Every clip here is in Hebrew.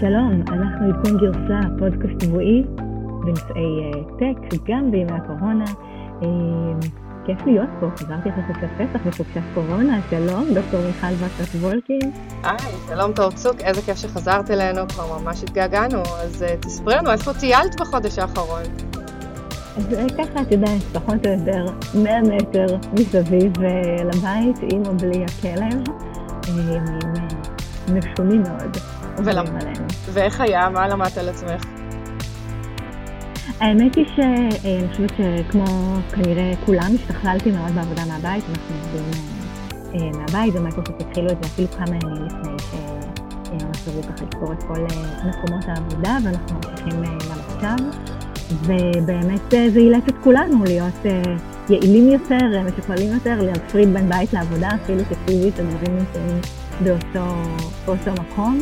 שלום, אנחנו עדכון גרסה, פודקאסט שבועי בנושאי טק, גם בימי הקורונה. כיף להיות פה, חזרתי אחרי חופשת פסח וחופשת קורונה. שלום, דוקטור מיכל וסת-וולקין. שלום תורצוק, איזה כיף שחזרת אלינו, כבר ממש התגעגענו, אז תספרי לנו איפה טיילת בחודש האחרון. אז ככה, את יודעת, פחות או יותר 100 מטר מסביב לבית, עם או בלי הכלב, ימים משונים מאוד. ואיך היה? מה למדת על עצמך? האמת היא שאני חושבת שכמו כנראה כולם השתכללתי מאוד בעבודה מהבית, אנחנו עובדים מהבית, ומייקרוסופט התחילו את זה אפילו כמה ימים לפני שאנחנו ככה לספור את כל מקומות העבודה, ואנחנו ממשיכים גם עכשיו, ובאמת זה אילץ את כולנו להיות יעילים יותר, משוכללים יותר, להפריד בין בית לעבודה, אפילו שפיזית הדברים נמצאים באותו מקום.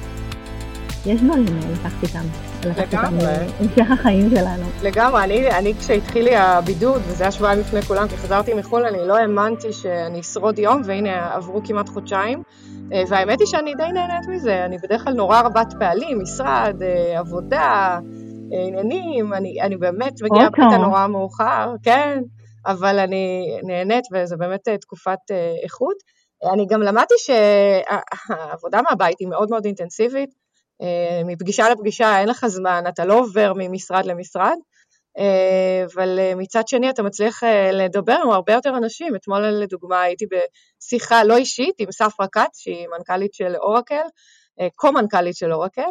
יש דברים לקחתי איתם המשך החיים שלנו. לגמרי, אני כשהתחיל לי הבידוד, וזה היה שבועיים לפני כולם, כי חזרתי מחול, אני לא האמנתי שאני אשרוד יום, והנה עברו כמעט חודשיים, והאמת היא שאני די נהנית מזה, אני בדרך כלל נורא רבת פעלים, משרד, עבודה, עניינים, אני באמת מגיעה הביתה נורא מאוחר, כן, אבל אני נהנית, וזה באמת תקופת איכות. אני גם למדתי שהעבודה מהבית היא מאוד מאוד אינטנסיבית, מפגישה לפגישה אין לך זמן, אתה לא עובר ממשרד למשרד, אבל מצד שני אתה מצליח לדבר עם הרבה יותר אנשים. אתמול לדוגמה הייתי בשיחה לא אישית עם ספרה כץ, שהיא מנכ"לית של אורקל, קו-מנכ"לית של אורקל,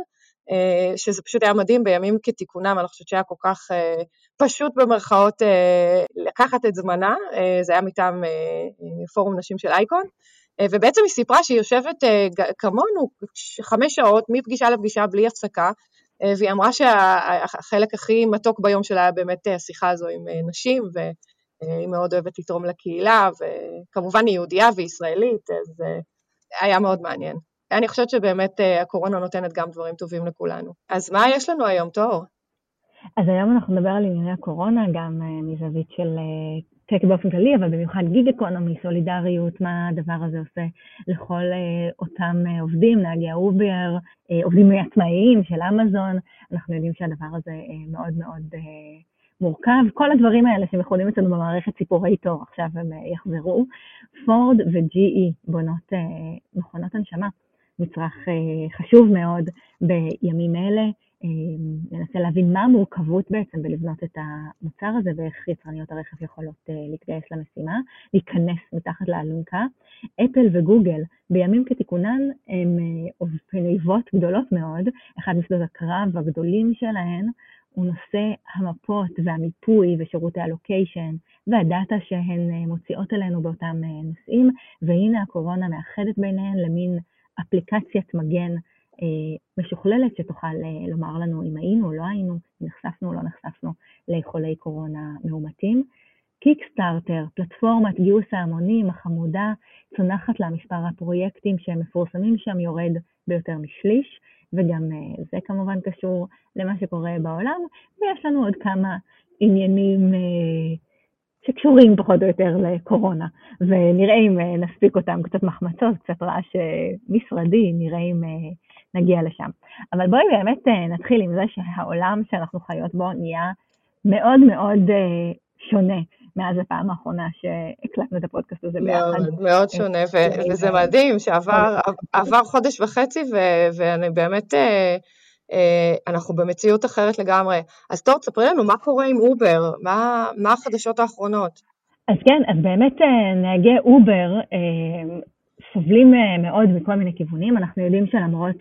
שזה פשוט היה מדהים בימים כתיקונם, אני חושבת שהיה כל כך פשוט במרכאות לקחת את זמנה, זה היה מטעם פורום נשים של אייקון, ובעצם היא סיפרה שהיא יושבת כמונו 5 שעות מפגישה לפגישה בלי הפסקה, והיא אמרה שהחלק הכי מתוק ביום שלה היה באמת השיחה הזו עם נשים, והיא מאוד אוהבת לתרום לקהילה, וכמובן היא יהודייה וישראלית, אז היה מאוד מעניין. אני חושבת שבאמת הקורונה נותנת גם דברים טובים לכולנו. אז מה יש לנו היום, תור? אז היום אנחנו נדבר על ענייני הקורונה, גם מזווית של טק באופן כללי, אבל במיוחד גיג אקונומי, סולידריות, מה הדבר הזה עושה לכל אותם עובדים, נהגי אובר, עובדים עצמאיים של אמזון. אנחנו יודעים שהדבר הזה מאוד מאוד מורכב. כל הדברים האלה שמכונים אצלנו במערכת סיפורי תור, עכשיו הם יחזרו. פורד ו-GE בונות מכונות הנשמה, מצרך חשוב מאוד בימים אלה. ננסה להבין מה המורכבות בעצם בלבנות את המוצר הזה, ואיך יצרניות הרכב יכולות להתגייס למשימה, להיכנס מתחת לאלונקה. אפל וגוגל בימים כתיקונן הם אויבות גדולות מאוד. אחד משדות הקרב הגדולים שלהן הוא נושא המפות והמיפוי ושירותי הלוקיישן והדאטה שהן מוציאות אלינו באותם נושאים, והנה הקורונה מאחדת ביניהן למין אפליקציית מגן משוכללת שתוכל לומר לנו אם היינו או לא היינו, נחשפנו או לא נחשפנו לחולי קורונה מאומתים. קיקסטארטר, פלטפורמת גיוס ההמונים החמודה, צונחת לה מספר הפרויקטים שמפורסמים שם יורד ביותר משליש, וגם זה כמובן קשור למה שקורה בעולם, ויש לנו עוד כמה עניינים שקשורים פחות או יותר לקורונה, ונראה אם נספיק אותם, קצת מחמצות, קצת רעש משרדי, נראה אם נגיע לשם. אבל בואי באמת נתחיל עם זה שהעולם שאנחנו חיות בו נהיה מאוד מאוד שונה מאז הפעם האחרונה שהקלטנו את הפודקאסט הזה ביחד. מאוד, מאוד שונה, וזה מדהים שעבר חודש וחצי, ואני באמת, אנחנו במציאות אחרת לגמרי. אז תור, תספרי לנו מה קורה עם אובר, מה החדשות האחרונות? אז כן, אז באמת נהגי אובר סובלים מאוד מכל מיני כיוונים. אנחנו יודעים שלמרות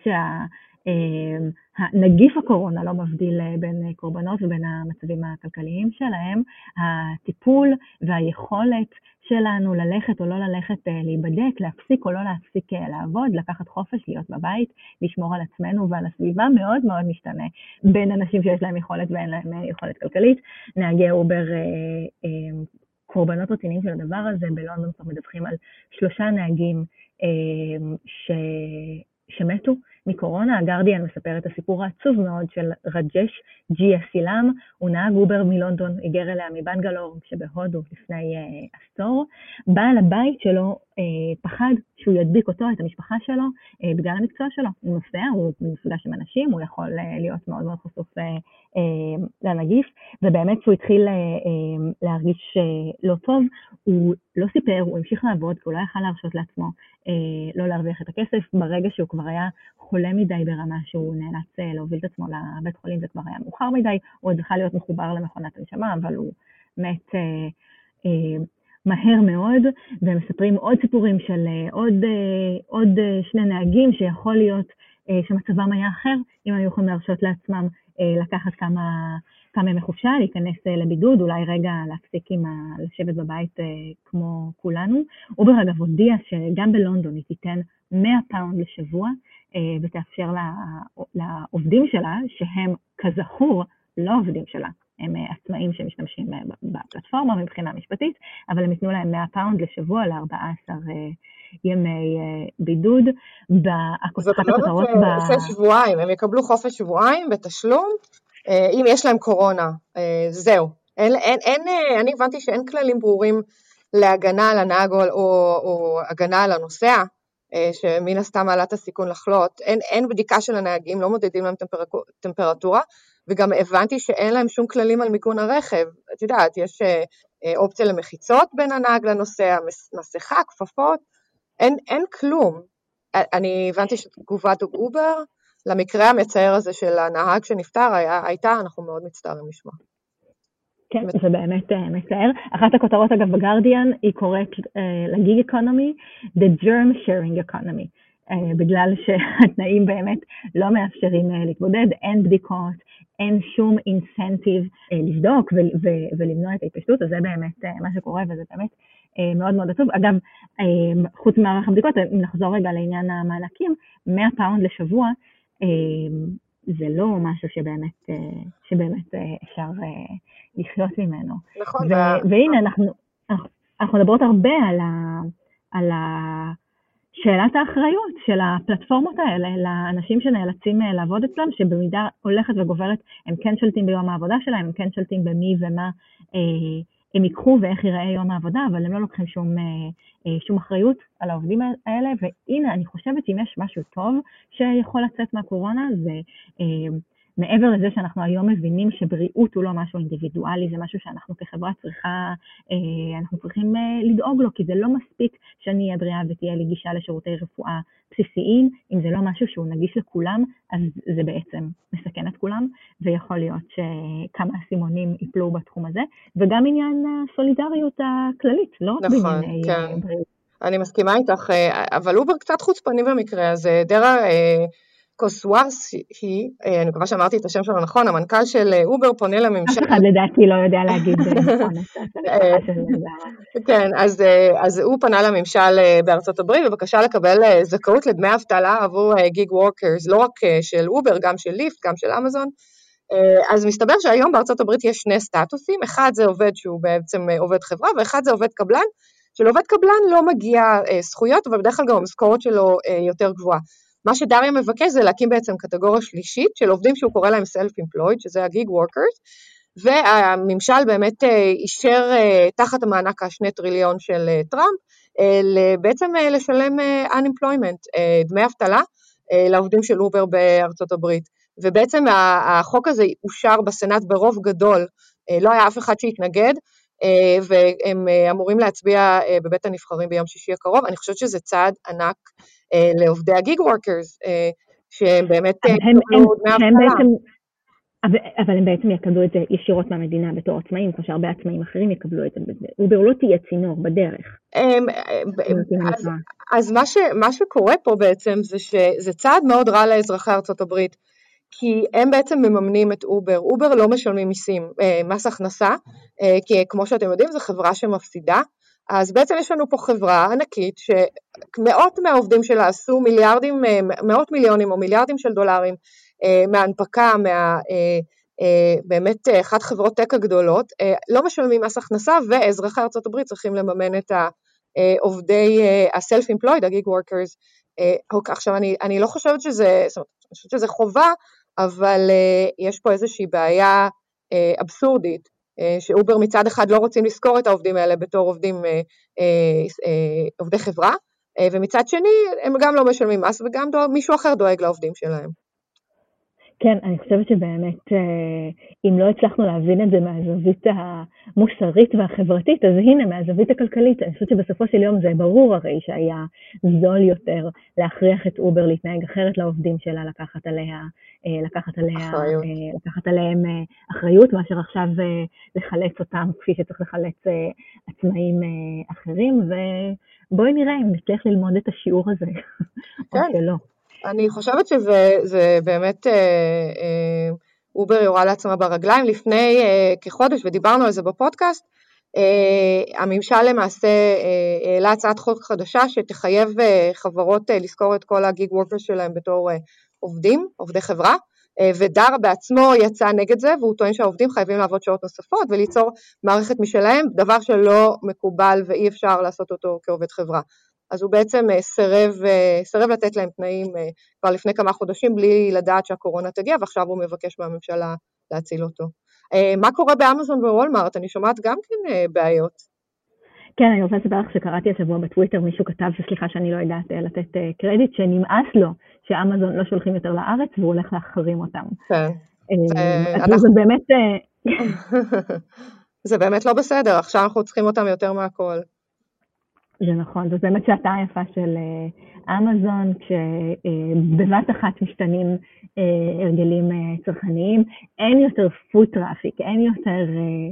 נגיף הקורונה לא מבדיל בין קורבנות ובין המצבים הכלכליים שלהם, הטיפול והיכולת שלנו ללכת או לא ללכת להיבדק, להפסיק או לא להפסיק לעבוד, לקחת חופש, להיות בבית, לשמור על עצמנו ועל הסביבה מאוד מאוד משתנה בין אנשים שיש להם יכולת ואין להם יכולת כלכלית. נהגי אובר קורבנות רציניים של הדבר הזה. בלונדון כבר מדווחים על 3 נהגים שמתו מקורונה. הגרדיאן מספר את הסיפור העצוב מאוד של רג'ש ג'יה סילם, הוא נהג אובר מלונדון, היגר אליה מבנגלור שבהודו לפני עשור. בעל הבית שלו פחד שהוא ידביק אותו, את המשפחה שלו, בגלל המקצוע שלו. הוא נוסע, הוא מפגש עם אנשים, הוא יכול להיות מאוד מאוד חשוף לנגיף, ובאמת שהוא התחיל להרגיש לא טוב, הוא לא סיפר, הוא המשיך לעבוד, כי הוא לא יכל להרשות לעצמו לא להרוויח את הכסף. ברגע שהוא כבר היה חולה מדי ברמה שהוא נאלץ להוביל את עצמו לבית חולים, זה כבר היה מאוחר מדי, הוא עוד יכול להיות מחובר למכונת הנשמה, אבל הוא מת מהר מאוד. והם מספרים עוד סיפורים של עוד שני נהגים שיכול להיות שמצבם היה אחר, אם היו יכולים להרשות לעצמם לקחת כמה ימי חופשה, להיכנס לבידוד, אולי רגע להפסיק לשבת בבית כמו כולנו. אובר אגב הודיע שגם בלונדון היא תיתן 100 פאונד לשבוע, ותאפשר לעובדים שלה, שהם כזכור לא עובדים שלה, הם עצמאים שמשתמשים בפלטפורמה מבחינה משפטית, אבל הם יתנו להם 100 פאונד לשבוע ל14 ימי בידוד. זאת אומרת חופש שבועיים, הם יקבלו חופש שבועיים בתשלום, אם יש להם קורונה, זהו. אני הבנתי שאין כללים ברורים להגנה על הנהג או הגנה על הנוסע, שמן הסתם מעלה את הסיכון לחלות. אין בדיקה של הנהגים, לא מודדים להם טמפרטורה, וגם הבנתי שאין להם שום כללים על מיגון הרכב. את יודעת, יש אופציה למחיצות בין הנהג לנוסע, מסכה, כפפות, אין כלום. אני הבנתי שתגובת אובר למקרה המצער הזה של הנהג שנפטר הייתה, אנחנו מאוד מצטערים לשמוע. כן, זה באמת מצער. אחת הכותרות אגב בגרדיאן, היא קוראת לגיג אקונומי, the germ sharing economy, בגלל שהתנאים באמת לא מאפשרים להתמודד, אין בדיקות, אין שום אינסנטיב לבדוק ולמנוע את ההתפשטות, אז זה באמת מה שקורה, וזה באמת מאוד מאוד עצוב. אגב, חוץ מערך הבדיקות, אם נחזור רגע לעניין המענקים, 100 פאונד לשבוע, זה לא משהו שבאמת אפשר לחיות ממנו. נכון. והנה, אנחנו מדברות הרבה על שאלת האחריות של הפלטפורמות האלה, לאנשים שנאלצים לעבוד אצלם, שבמידה הולכת וגוברת, הם כן שולטים ביום העבודה שלהם, הם כן שולטים במי ומה הם ייקחו ואיך ייראה יום העבודה, אבל הם לא לוקחים שום אחריות על העובדים האלה. והנה, אני חושבת שאם יש משהו טוב שיכול לצאת מהקורונה, זה מעבר לזה שאנחנו היום מבינים שבריאות הוא לא משהו אינדיבידואלי, זה משהו שאנחנו כחברה אנחנו צריכים לדאוג לו, כי זה לא מספיק שאני אהיה בריאה ותהיה לי גישה לשירותי רפואה בסיסיים. אם זה לא משהו שהוא נגיש לכולם, אז זה בעצם מסכן את כולם, ויכול להיות שכמה סימונים ייפלו בתחום הזה, וגם עניין הסולידריות הכללית, לא רק בענייני בריאות. אני מסכימה איתך, אבל אובר קצת חוצפני במקרה הזה. דרה קוסוואס היא, אני מקווה שאמרתי את השם שלו נכון, המנכ"ל של אובר פונה לממשל. אף אחד לדעתי לא יודע להגיד נכון. כן, אז הוא פנה לממשל בארצות הברית, בבקשה לקבל זכאות לדמי אבטלה עבור גיג וורקרס, לא רק של אובר, גם של ליפט, גם של אמזון. אז מסתבר שהיום בארצות הברית יש שני סטטוסים, אחד זה עובד שהוא בעצם עובד חברה, ואחד זה עובד קבלן, שלעובד קבלן לא מגיע זכויות, אבל בדרך כלל גם המשכורת שלו יותר גבוהה. מה שדריה מבקש זה להקים בעצם קטגוריה שלישית של עובדים שהוא קורא להם self-employed, שזה הגיג וורקרס, והממשל באמת אישר תחת המענק ה2 טריליון של טראמפ, בעצם לשלם unemployment, דמי אבטלה, לעובדים של אובר בארצות הברית. ובעצם החוק הזה אושר בסנאט ברוב גדול, לא היה אף אחד שהתנגד, והם אמורים להצביע בבית הנבחרים ביום שישי הקרוב. אני חושבת שזה צעד ענק לעובדי הגיג וורקרס, שהם באמת יקבלו דמי אבטלה. אבל הם בעצם יקבלו את זה ישירות מהמדינה בתור עצמאים, כמו שהרבה עצמאים אחרים יקבלו את זה. אובר לא תהיה צינור בדרך. אז מה שקורה פה בעצם זה שזה צעד מאוד רע לאזרחי ארצות הברית, כי הם בעצם מממנים את אובר. אובר לא משלמים מיסים, מס הכנסה, כי כמו שאתם יודעים, זו חברה שמפסידה. אז בעצם יש לנו פה חברה ענקית, שמאות מהעובדים שלה עשו מאות מיליונים או מיליארדים של דולרים, מההנפקה, באמת אחת חברות טק הגדולות, לא משלמים מס הכנסה, ואזרחי ארצות הברית צריכים לממן את העובדי ה-self-employed, הגיג וורקרס, עכשיו אני לא חושבת שזה, זאת אומרת, אני חושבת שזה חובה, אבל יש פה איזושהי בעיה אבסורדית, שאובר מצד אחד לא רוצים לזכור את העובדים האלה בתור עובדי חברה, ומצד שני הם גם לא משלמים מס, וגם מישהו אחר דואג לעובדים שלהם. כן, אני חושבת שבאמת, אם לא הצלחנו להבין את זה מהזווית המוסרית והחברתית, אז הנה, מהזווית הכלכלית, אני חושבת שבסופו של יום זה ברור הרי שהיה זול יותר להכריח את אובר להתנהג אחרת לעובדים שלה, לקחת עליהם אחריות, מאשר עכשיו לחלץ אותם כפי שצריך לחלץ עצמאים אחרים, ובואי נראה אם נצליח ללמוד את השיעור הזה, או שלא. אני חושבת שזה באמת, אובר יורה לעצמה ברגליים. לפני כחודש, ודיברנו על זה בפודקאסט, הממשל למעשה העלה הצעת חוק חדשה שתחייב חברות לזכור את כל הגיג וורקרס שלהם בתור עובדי חברה, ודר בעצמו יצא נגד זה, והוא טוען שהעובדים חייבים לעבוד שעות נוספות וליצור מערכת משלהם, דבר שלא מקובל ואי אפשר לעשות אותו כעובד חברה. אז הוא בעצם סירב לתת להם תנאים כבר לפני כמה חודשים, בלי לדעת שהקורונה תגיע, ועכשיו הוא מבקש מהממשלה להציל אותו. מה קורה באמזון ווולמארט? אני שומעת גם כן בעיות. כן, אני רוצה לספר לך שקראתי השבוע בטוויטר, מישהו כתב, סליחה שאני לא יודעת לתת קרדיט, שנמאס לו שאמזון לא שולחים יותר לארץ, והוא הולך להחרים אותם. כן. אז זה באמת... זה באמת לא בסדר, עכשיו אנחנו צריכים אותם יותר מהכל. זה נכון, זאת באמת שעתה יפה של אמזון, כשבבת אחת משתנים הרגלים צרכניים, אין יותר פוד טראפיק, אין יותר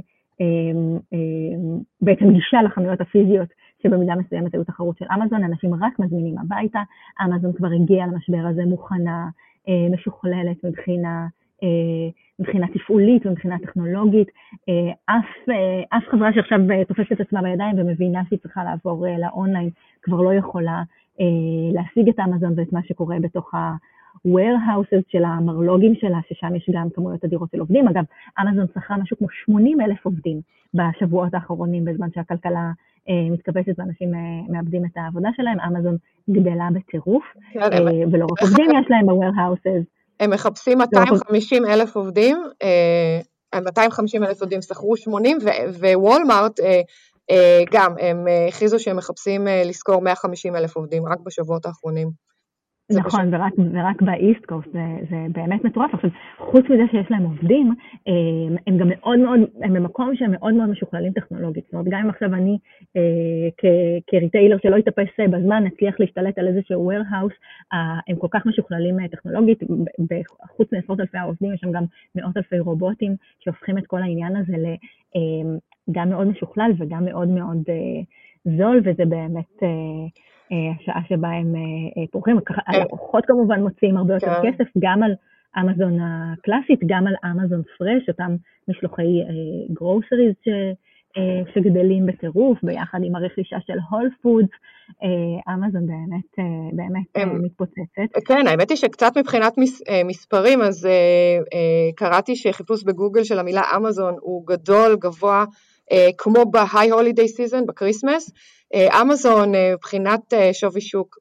בעצם גישה לחנויות הפיזיות, שבמידה מסוימת היו תחרות של אמזון, אנשים רק מזמינים הביתה, אמזון כבר הגיעה למשבר הזה מוכנה, משוכללת מבחינה תפעולית ומבחינה טכנולוגית, אף חברה שעכשיו תופסת את עצמה בידיים ומבינה שהיא צריכה לעבור לאונליין, כבר לא יכולה להשיג את אמזון ואת מה שקורה בתוך ה-warehouses של המרלוגים שלה, ששם יש גם כמויות אדירות של עובדים. אגב, אמזון שכרה משהו כמו 80,000 עובדים בשבועות האחרונים, בזמן שהכלכלה מתכווצת ואנשים מאבדים את העבודה שלהם. אמזון גדלה בטירוף, ולא רק עובדים יש להם ב-warehouses. הם מחפשים 250,000 עובדים, 250,000 עובדים שכרו 80, ווולמארט גם, הם הכריזו שהם מחפשים לזכור 150,000 עובדים, רק בשבועות האחרונים. נכון, ורק באיסט קוסט, זה באמת מטורף. עכשיו, חוץ מזה שיש להם עובדים, הם גם מאוד מאוד, הם במקום שהם מאוד מאוד משוכללים טכנולוגית. זאת אומרת, גם אם עכשיו אני כריטיילר שלא יתאפס בזמן, נצליח להשתלט על איזשהו warehouse, הם כל כך משוכללים טכנולוגית, חוץ מעשרות אלפי העובדים, יש שם גם מאות אלפי רובוטים, שהופכים את כל העניין הזה גם מאוד משוכלל וגם מאוד מאוד זול, וזה באמת... השעה שבה הם פורחים, הלקוחות כמובן מוציאים הרבה יותר כסף, גם על אמזון הקלאסית, גם על אמזון פרש, אותם משלוחי גרוסריז שגדלים בטירוף, ביחד עם הרכישה של הול פודס, אמזון באמת מתפוצצת. כן, האמת היא שקצת מבחינת מספרים, אז קראתי שחיפוש בגוגל של המילה אמזון הוא גדול, גבוה, כמו ב-high holiday season, בקריסמס. אמזון מבחינת שווי שוק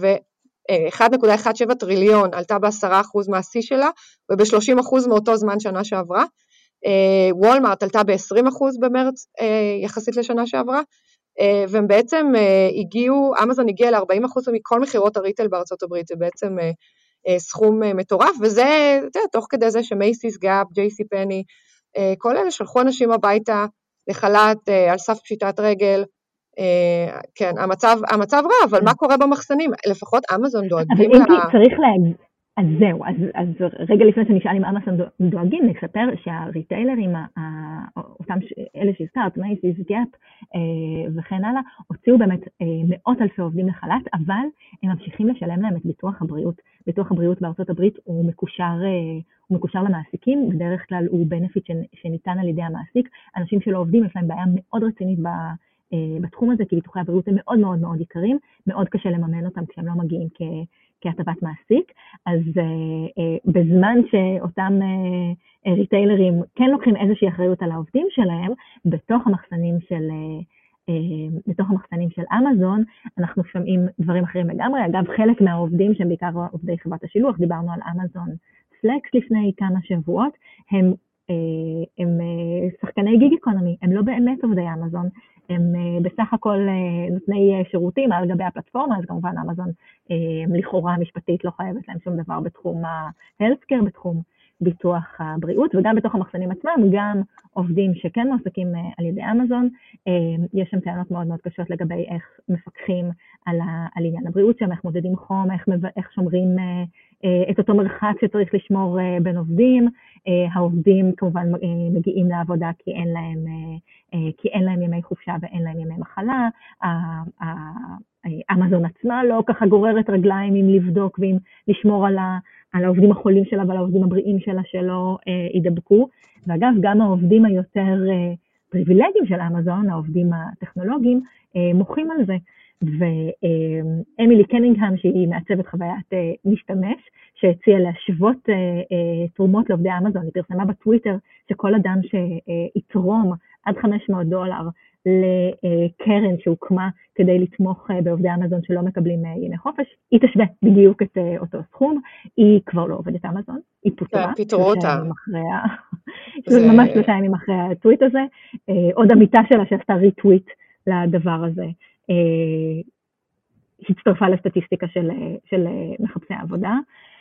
1.17 טריליון, עלתה ב10% מהשיא שלה, וב-30% מאותו זמן שנה שעברה. וולמארט עלתה ב-20% במרץ יחסית לשנה שעברה, והם בעצם אמזון הגיעה ל-40% מכל מחירות הריטל בארצות הברית, זה בעצם סכום מטורף, וזה תוך כדי זה שמייסיס, גאפ, ג'יי-סי פני, כל אלה שלחו אנשים הביתה לחל"ת על סף פשיטת רגל. כן, המצב רע, אבל מה קורה במחסנים? לפחות אמזון דואגים לה... צריך להגיד, אז זהו, אז רגע לפני שנשאל אם אמזון דואגים, נספר שהריטיילרים, אותם אלה שהזכרת, מייסיס, גאפ וכן הלאה, הוציאו באמת מאות אלפי עובדים לחל"ת, אבל הם ממשיכים לשלם להם את ביטוח הבריאות. ביטוח הבריאות בארצות הברית הוא מקושר למעסיקים, בדרך כלל הוא בנפיט שניתן על ידי המעסיק. אנשים שלא עובדים, יש להם בעיה מאוד רצינית בתחום הזה, כי ביטוחי הבריאות הם מאוד מאוד מאוד יקרים, מאוד קשה לממן אותם כשהם לא מגיעים כהטבת מעסיק. אז בזמן שאותם ריטיילרים כן לוקחים איזושהי אחריות על העובדים שלהם, בתוך המחסנים של בתוך המחסנים של אמזון, אנחנו שומעים דברים אחרים לגמרי. אגב, חלק מהעובדים שהם בעיקר עובדי חברת השילוח, דיברנו על אמזון פלקס לפני כמה שבועות, הם שחקני גיג אקונומי, הם לא באמת עובדי אמזון, הם בסך הכל נותני שירותים על גבי הפלטפורמה, אז כמובן אמזון לכאורה משפטית לא חייבת להם שום דבר בתחום ה-healthcare, בתחום ביטוח הבריאות, וגם בתוך המחסנים עצמם, גם עובדים שכן מועסקים על ידי אמזון, יש שם טענות מאוד מאוד קשות לגבי איך מפקחים על עניין הבריאות שם, איך מודדים חום, איך שומרים את אותו מרחק שצריך לשמור בין עובדים, העובדים כמובן מגיעים לעבודה כי אין להם ימי חופשה ואין להם ימי מחלה, אמזון עצמה לא ככה גוררת רגליים עם לבדוק ועם לשמור על העובדים החולים שלה ועל העובדים הבריאים שלה שלא יידבקו, ואגב גם העובדים היותר פריבילגיים של אמזון, העובדים הטכנולוגיים, מוחים על זה. ואמילי קנינגהם שהיא מעצבת חוויית משתמש, שהציעה להשוות תרומות לעובדי אמזון, היא פרסמה בטוויטר שכל אדם שיתרום עד $500 לקרן שהוקמה כדי לתמוך בעובדי אמזון שלא מקבלים ימי חופש, היא תשווה בדיוק את אותו סכום, היא כבר לא עובדת אמזון, היא פוטרה. פיטרו אותה. זה ממש 3 ימים אחרי הטוויט הזה, עוד עמיתה שלה שעשתה ריטוויט לדבר הזה, הצטרפה לסטטיסטיקה של מחפשי העבודה.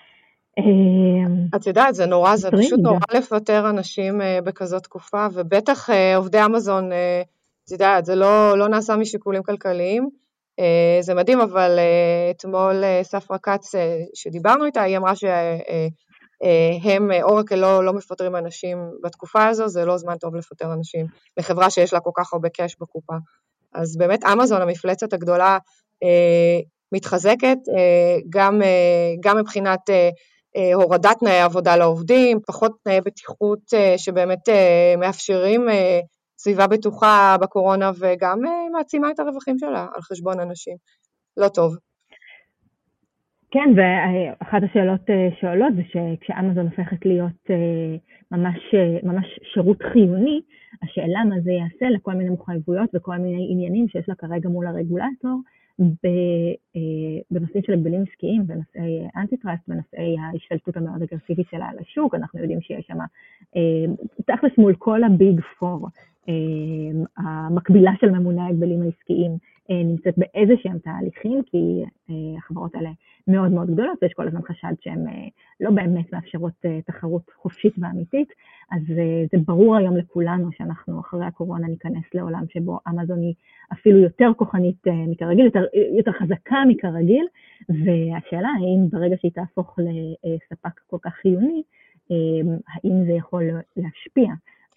את יודעת, זה נורא, זה פשוט נורא לפטר אנשים בכזאת תקופה, ובטח עובדי אמזון, את יודעת, זה לא נעשה משיקולים כלכליים, זה מדהים, אבל אתמול ספרה קץ שדיברנו איתה, היא אמרה שהם אורקל לא מפטרים אנשים בתקופה הזו, זה לא זמן טוב לפטר אנשים לחברה שיש לה כל כך הרבה קש בקופה. אז באמת אמזון, המפלצת הגדולה, מתחזקת, גם מבחינת הורדת תנאי עבודה לעובדים, פחות תנאי בטיחות שבאמת מאפשרים סביבה בטוחה בקורונה, וגם מעצימה את הרווחים שלה על חשבון אנשים. לא טוב. כן, ואחת השאלות שעולות זה שכשאמזון הופכת להיות ממש שירות חיוני, השאלה מה זה יעשה לכל מיני מחויבויות וכל מיני עניינים שיש לה כרגע מול הרגולטור, בנושאים של הגבלים עסקיים, בנושאי אנטי-טראסט, בנושאי ההשתלטות המאוד אגרסיבית שלה על השוק. אנחנו יודעים שיש שם, תכלס מול כל הביג פור, המקבילה של ממוני ההגבלים העסקיים נמצאת באיזשהם תהליכים, כי החברות האלה מאוד מאוד גדולות, ויש כל הזמן חשד שהן לא באמת מאפשרות תחרות חופשית ואמיתית, אז זה ברור היום לכולנו שאנחנו אחרי הקורונה ניכנס לעולם שבו אמזון היא אפילו יותר כוחנית מכרגיל, יותר חזקה מכרגיל, והשאלה האם ברגע שהיא תהפוך לספק כל כך חיוני, האם זה יכול להשפיע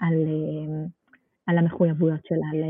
על המחויבויות שלה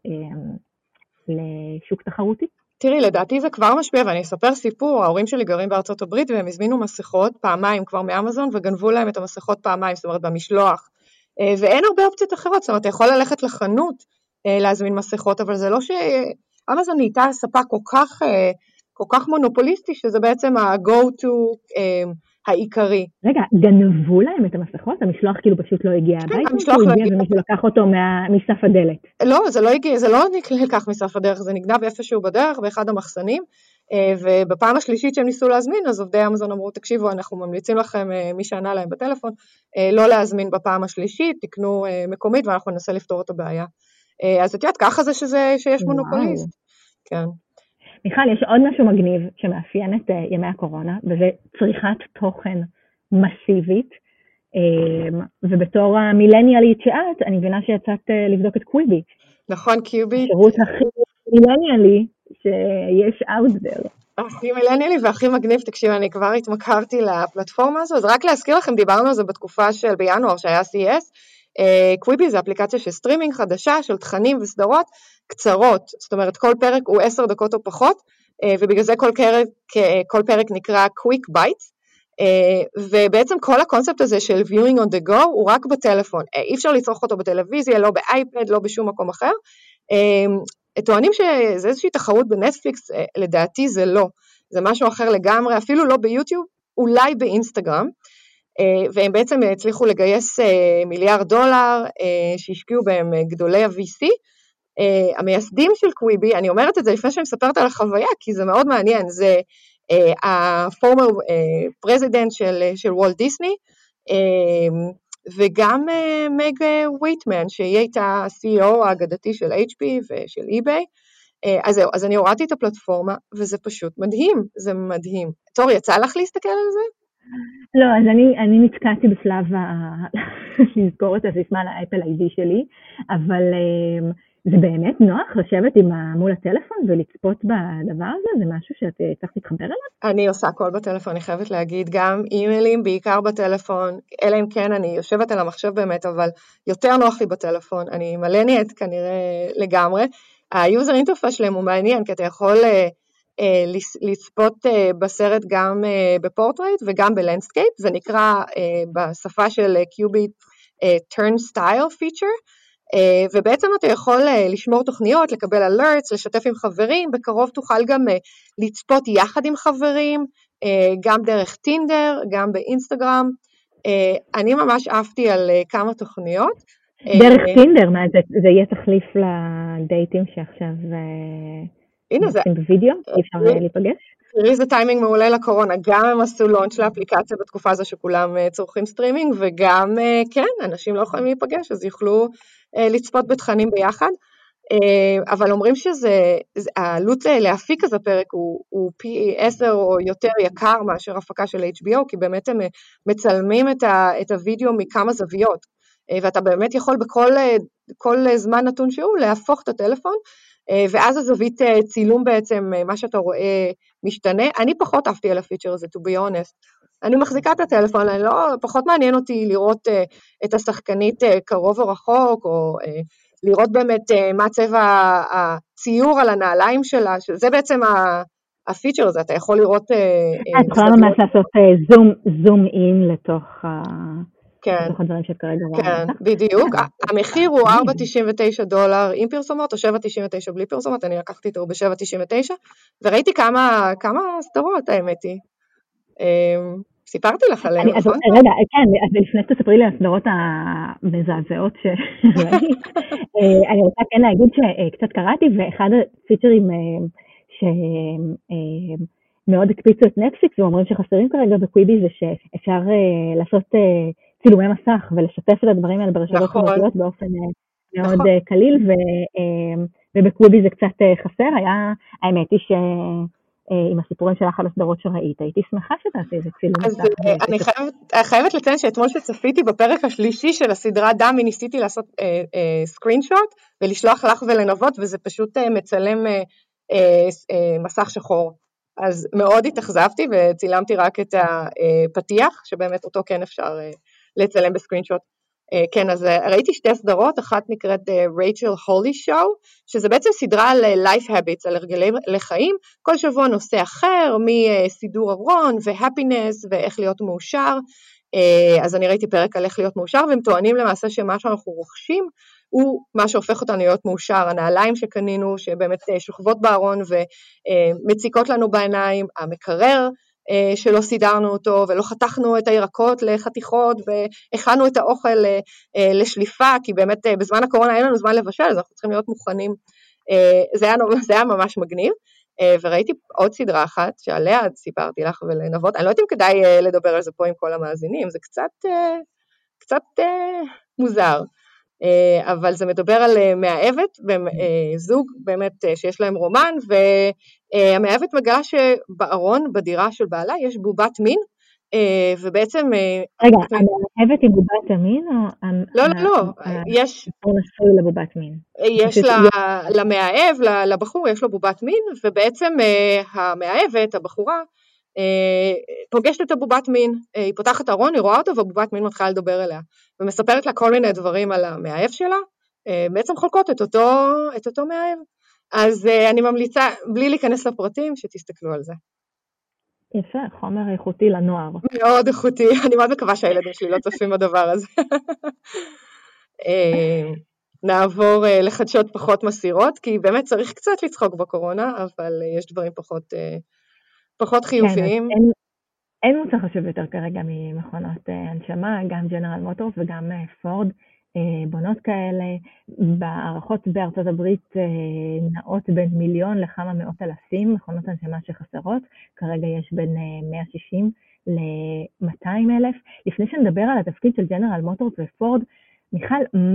לשוק תחרותי? תראי, לדעתי זה כבר משפיע, ואני אספר סיפור, ההורים שלי גרים בארצות הברית, והם הזמינו מסכות פעמיים כבר מאמזון, וגנבו להם את המסכות פעמיים, זאת אומרת במשלוח, ואין הרבה אופציות אחרות, זאת אומרת, אתה יכול ללכת לחנות, להזמין מסכות, אבל זה לא שאמזון נהייתה ספק כל כך מונופוליסטי, שזה בעצם ה-go-to העיקרי. רגע, גנבו להם את המסכות? המשלוח כאילו פשוט לא הגיע הביתה? כן, המשלוח לא הגיע. ומישהו לקח אותו מסף הדלת. לא, זה לא הגיע, זה לא נלקח מסף הדרך, זה נגנב איפשהו בדרך, באחד המחסנים, ובפעם השלישית שהם ניסו להזמין, אז עובדי אמזון אמרו, תקשיבו, אנחנו ממליצים לכם, מי שענה להם בטלפון, לא להזמין בפעם השלישית, תקנו מקומית, ואנחנו ננסה לפתור את הבעיה. אז את יודעת, ככה זה שיש מונופוליסט. כן. מיכל, יש עוד משהו מגניב שמאפיין את ימי הקורונה, וזה צריכת תוכן מסיבית, ובתור המילניאלית שאת, אני מבינה שיצאת לבדוק את קוויבי. נכון, קיובי. השירות הכי מילניאלי שיש out there. הכי מילניאלי והכי מגניב, תקשיב, אני כבר התמכרתי לפלטפורמה הזו, אז רק להזכיר לכם, דיברנו על זה בתקופה של בינואר שהיה CES, קוויבי זה אפליקציה של סטרימינג חדשה, של תכנים וסדרות קצרות, זאת אומרת כל פרק הוא 10 דקות או פחות, ובגלל זה כל פרק נקרא Quick Bites, ובעצם כל הקונספט הזה של viewing on the go הוא רק בטלפון, אי אפשר לצרוך אותו בטלוויזיה, לא באייפד, לא בשום מקום אחר, טוענים שזה איזושהי תחרות בנטפליקס, לדעתי זה לא, זה משהו אחר לגמרי, אפילו לא ביוטיוב, אולי באינסטגרם, והם בעצם הצליחו לגייס $1 מיליארד, שהשקיעו בהם גדולי ה-VC, המייסדים של קוויבי, אני אומרת את זה לפני שאני מספרת על החוויה, כי זה מאוד מעניין, זה הפורמר פרזידנט של וולט דיסני, וגם מג וויטמן, שהיא הייתה ה-CEO האגדתי של HP ושל eBay, אז זהו, אז אני הורדתי את הפלטפורמה, וזה פשוט מדהים, זה מדהים. תור, יצא לך להסתכל על זה? לא, אז אני נתקעתי בשלב לזכור את הסיסמה לאפל איי-די שלי, אבל זה באמת נוח לשבת מול הטלפון ולצפות בדבר הזה? זה משהו שאת צריך להתחבר אליו? אני עושה הכל בטלפון, אני חייבת להגיד, גם אימיילים, בעיקר בטלפון, אלא אם כן אני יושבת על המחשב באמת, אבל יותר נוח לי בטלפון, אני מלניאט כנראה לגמרי. היוזר אינטרפייס שלהם הוא מעניין, כי אתה יכול לצפות בסרט גם בפורטרייט וגם בלנדסקייפ, זה נקרא בשפה של קיוביט turn style feature, ובעצם אתה יכול לשמור תוכניות, לקבל alerts, לשתף עם חברים, בקרוב תוכל גם לצפות יחד עם חברים, גם דרך טינדר, גם באינסטגרם, אני ממש אהבתי על כמה תוכניות. דרך טינדר, מה זה יהיה תחליף לדייטים שעכשיו עושים בווידאו, אי אפשר להיפגש? תראי, זה טיימינג מעולה לקורונה, גם הם עשו לונץ' לאפליקציה בתקופה הזו שכולם צורכים סטרימינג, וגם כן, אנשים לא יכולים להיפגש, אז יוכלו לצפות בתכנים ביחד, אבל אומרים שהעלות להפיק כזה פרק הוא פי 10 או יותר יקר מאשר הפקה של HBO, כי באמת הם מצלמים את הוידאו מכמה זוויות, ואתה באמת יכול בכל זמן נתון שהוא להפוך את הטלפון, ואז הזווית צילום בעצם, מה שאתה רואה משתנה. אני פחות אהבתי על הפיצ'ר הזה, to be honest. אני מחזיקה את הטלפון, פחות מעניין אותי לראות את השחקנית קרוב או רחוק, או לראות באמת מה צבע הציור על הנעליים שלה, שזה בעצם הפיצ'ר הזה, אתה יכול לראות... את יכולה ממש לעשות זום אין לתוך הדברים שאת כרגע רואה. כן, בדיוק. המחיר הוא $4.99 עם פרסומות, או $7.99 בלי פרסומות, אני לקחתי אותו ב$7.99, וראיתי כמה סדרות, האמת היא. סיפרתי לך עליהם, נכון? רגע, כן, אז לפני שתספרי לי על הסדרות המזעזעות שראית, אני רוצה כן להגיד שקצת קראתי, ואחד הפיצ'רים שמאוד הקפיצו את נטפליקס, ואומרים שחסרים כרגע בקוויבי, זה שאפשר לעשות צילומי מסך, ולשתף את הדברים האלה ברשתות חברתיות באופן מאוד קליל, ובקוויבי זה קצת חסר. האמת היא עם הסיפורים שלך על הסדרות שראית, הייתי שמחה שתעשי איזה צילום מסך. אני חייבת לציין שאתמול שצפיתי בפרק השלישי של הסדרה דמי, ניסיתי לעשות סקרינשוט, ולשלוח לך ולנבות, וזה פשוט מצלם מסך שחור. אז מאוד התאכזבתי, וצילמתי רק את הפתיח, שבאמת אותו כן אפשר לצלם בסקרינשוט. כן, אז ראיתי שתי סדרות, אחת נקראת רייצ'ל הולי שואו, שזה בעצם סדרה על life habits, על הרגלי לחיים, כל שבוע נושא אחר, מסידור ארון והפינס ואיך להיות מאושר, אז אני ראיתי פרק על איך להיות מאושר, והם טוענים למעשה שמה שאנחנו רוכשים, הוא מה שהופך אותנו להיות מאושר, הנעליים שקנינו, שבאמת שוכבות בארון ומציקות לנו בעיניים, המקרר, שלא סידרנו אותו ולא חתכנו את הירקות לחתיכות והכנו את האוכל לשליפה, כי באמת בזמן הקורונה אין לנו זמן לבשל, אז אנחנו צריכים להיות מוכנים. זה היה ממש מגניב, וראיתי עוד סדרה אחת שעליה סיפרתי לך ולנבות, אני לא יודעת אם כדאי לדבר על זה פה עם כל המאזינים, זה קצת מוזר, אבל זה מדבר על מאהבת וזוג באמת שיש להם רומן, והמאהבת מגלה שבארון, בדירה של בעלה, יש בובת מין, ובעצם... רגע, המאהבת היא בובת המין? לא, יש... הוא נשוי לבובת מין. יש למאהב, לבחור, יש לו בובת מין, ובעצם המאהבת, הבחורה, פוגשת את הבובת מין, היא פותחת ארון, היא רואה אותו, ובובת מין מתחילה לדבר אליה, ומספרת לה כל מיני דברים על המאהב שלה, בעצם חולקות את אותו מאהב. אז אני ממליצה, בלי להיכנס לפרטים, שתסתכלו על זה. יפה, חומר איכותי לנוער. מאוד איכותי, אני מאוד מקווה שהילדים שלי לא צופים בדבר הזה. נעבור לחדשות פחות מסירות, כי באמת צריך קצת לצחוק בקורונה, אבל יש דברים פחות חיוביים. כן, אין מוצא חשוב יותר כרגע ממכונות הנשמה, גם ג'נרל מוטורס וגם פורד בונות כאלה. בהערכות בארצות הברית נעות בין 1,000,000 לכמה מאות אלפים מכונות הנשמה שחסרות, כרגע יש בין 160 ל-200,000. לפני שנדבר על התפקיד של ג'נרל מוטורס ופורד, מיכל,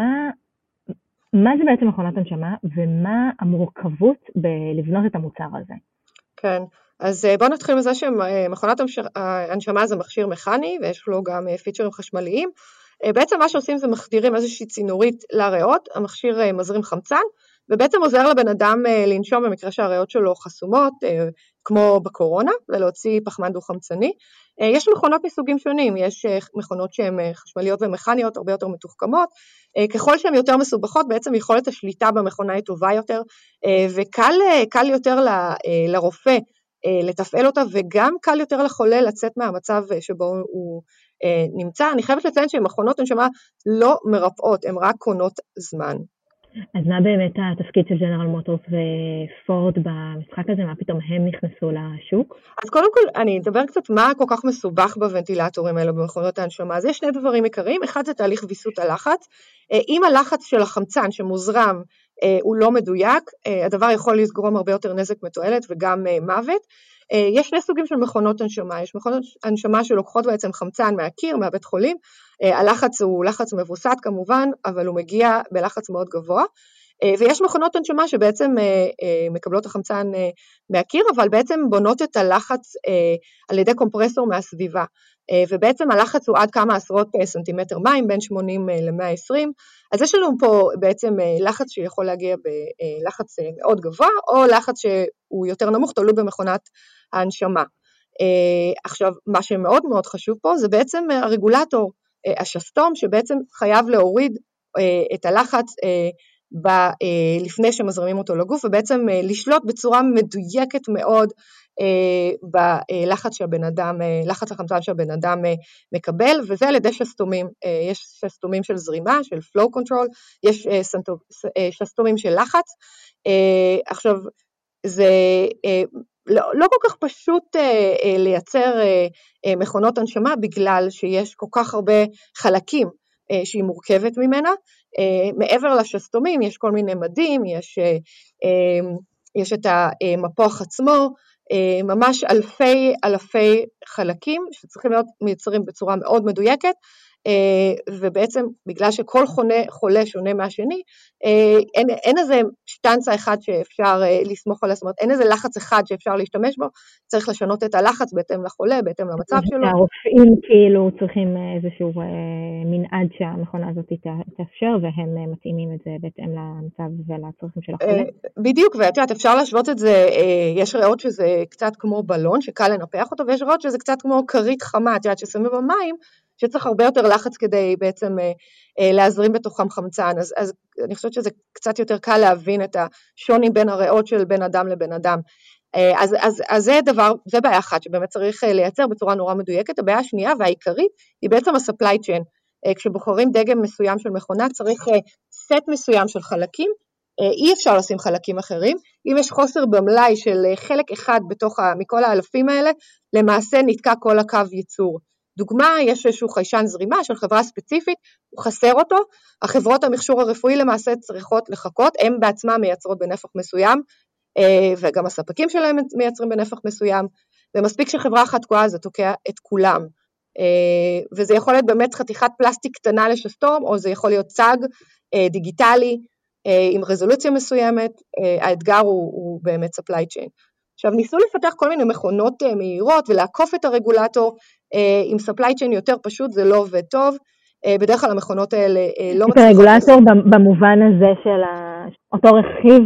מה זה בעצם מכונת הנשמה ומה המורכבות בלבנות את המוצר הזה? כן, אז בואו נתחיל מזה שמכונת הנשמה זה מכשיר מכני ויש לו גם פיצ'רים חשמליים. בעצם מה שעושים זה מחדירים איזושהי צינורית לריאות, המכשיר מזרים חמצן, ובעצם עוזר לבן אדם לנשום במקרה שהריאות שלו חסומות, כמו בקורונה, ולהוציא פחמן דו-חמצני. יש מכונות מסוגים שונים, יש מכונות שהן חשמליות ומכניות, הרבה יותר מתוחכמות, ככל שהן יותר מסובכות, בעצם יכולת השליטה במכונה היא טובה יותר, וקל יותר לרופא לתפעל אותה, וגם קל יותר לחולה לצאת מהמצב שבו הוא נמצא. אני חייבת לציין שמכונות הנשמה לא מרפאות, הן רק קונות זמן. אז מה באמת התפקיד של ג'נרל מוטורס ופורד במשחק הזה? מה פתאום הם נכנסו לשוק? אז קודם כל אני אדבר קצת מה כל כך מסובך בוונטילטורים האלו במכונות ההנשמה. אז יש שני דברים עיקריים, אחד זה תהליך ויסות הלחץ. אם הלחץ של החמצן שמוזרם הוא לא מדויק, הדבר יכול לגרום הרבה יותר נזק מתועלת וגם מוות. יש שני סוגים של מכונות הנשמה, יש מכונות הנשמה שלוקחות בעצם חמצן מהקיר, מהבית חולים, הלחץ הוא לחץ מבוסת כמובן, אבל הוא מגיע בלחץ מאוד גבוה, ויש מכונות הנשמה שבעצם מקבלות החמצן מהקיר, אבל בעצם בונות את הלחץ על ידי קומפרסור מהסביבה, ובעצם הלחץ הוא עד כמה עשרות סנטימטר מים, בין 80 ל-120, אז יש לנו פה בעצם לחץ שיכול להגיע בלחץ מאוד גבוה, או לחץ שהוא יותר נמוך, תלוי במכונת ההנשמה. עכשיו, מה שמאוד מאוד חשוב פה, זה בעצם הרגולטור, השסתום, שבעצם חייב להוריד את הלחץ לפני שמזרמים אותו לגוף, ובעצם לשלוט בצורה מדויקת מאוד בלחץ שהבן אדם, לחץ החמצן שהבן אדם מקבל, וזה על ידי שסתומים. יש שסתומים של זרימה, של flow control, יש שסתומים של לחץ. עכשיו, זה לא כל כך פשוט לייצר מכונות הנשמה, בגלל שיש כל כך הרבה חלקים שהיא מורכבת ממנה. מעבר לשסתומים יש כל מיני מדים, יש את המפוח עצמו, ממש אלפי חלקים שצריכים להיות מייצרים בצורה מאוד מדויקת, ובעצם בגלל שכל חולה שונה מהשני, אין איזה שטנצה אחד שאפשר לסמוך עליה, זאת אומרת, אין איזה לחץ אחד שאפשר להשתמש בו, צריך לשנות את הלחץ בהתאם לחולה, בהתאם למצב שלו. הרופאים כאילו צריכים איזשהו מנעד שהמכונה הזאת תאפשר, והם מתאימים את זה בהתאם למצב ולצרכים של החולה. בדיוק, ואת יודעת, אפשר להשוות את זה, יש ריאות שזה קצת כמו בלון שקל לנפח אותו, ויש ריאות שזה קצת כמו כרית חמה, את יודעת, ששמים במים, שצריך הרבה יותר לחץ כדי בעצם להזרים בתוכם חמצן, אז אני חושבת שזה קצת יותר קל להבין את השוני בין הריאות של בן אדם לבן אדם. אז זה בעיה אחת שבאמת צריך לייצר בצורה נורא מדויקת. הבעיה השנייה והעיקרית היא בעצם ה-supply chain. כשבוחרים דגם מסוים של מכונה צריך סט מסוים של חלקים, אי אפשר לשים חלקים אחרים. אם יש חוסר במלאי של חלק אחד מכל האלפים האלה, למעשה נתקע כל הקו ייצור. דוגמה, יש איזשהו חיישן זרימה של חברה ספציפית, הוא חסר אותו, החברות המכשור הרפואי למעשה צריכות לחכות, הם בעצמם מייצרות בנפח מסוים, וגם הספקים שלהם מייצרים בנפח מסוים, ומספיק שחברה אחת תקועה, זה תוקע את כולם, וזה יכול להיות באמת חתיכת פלסטיק קטנה לשסתום, או זה יכול להיות צג דיגיטלי, עם רזולוציה מסוימת, האתגר הוא באמת supply chain. עכשיו ניסו לפתח כל מיני מכונות מהירות, ולעקוף את הרגולטור עם supply chain יותר פשוט, זה לא עובד טוב, בדרך כלל המכונות האלה לא מצליחות. את הרגולטור במובן הזה של אותו רכיב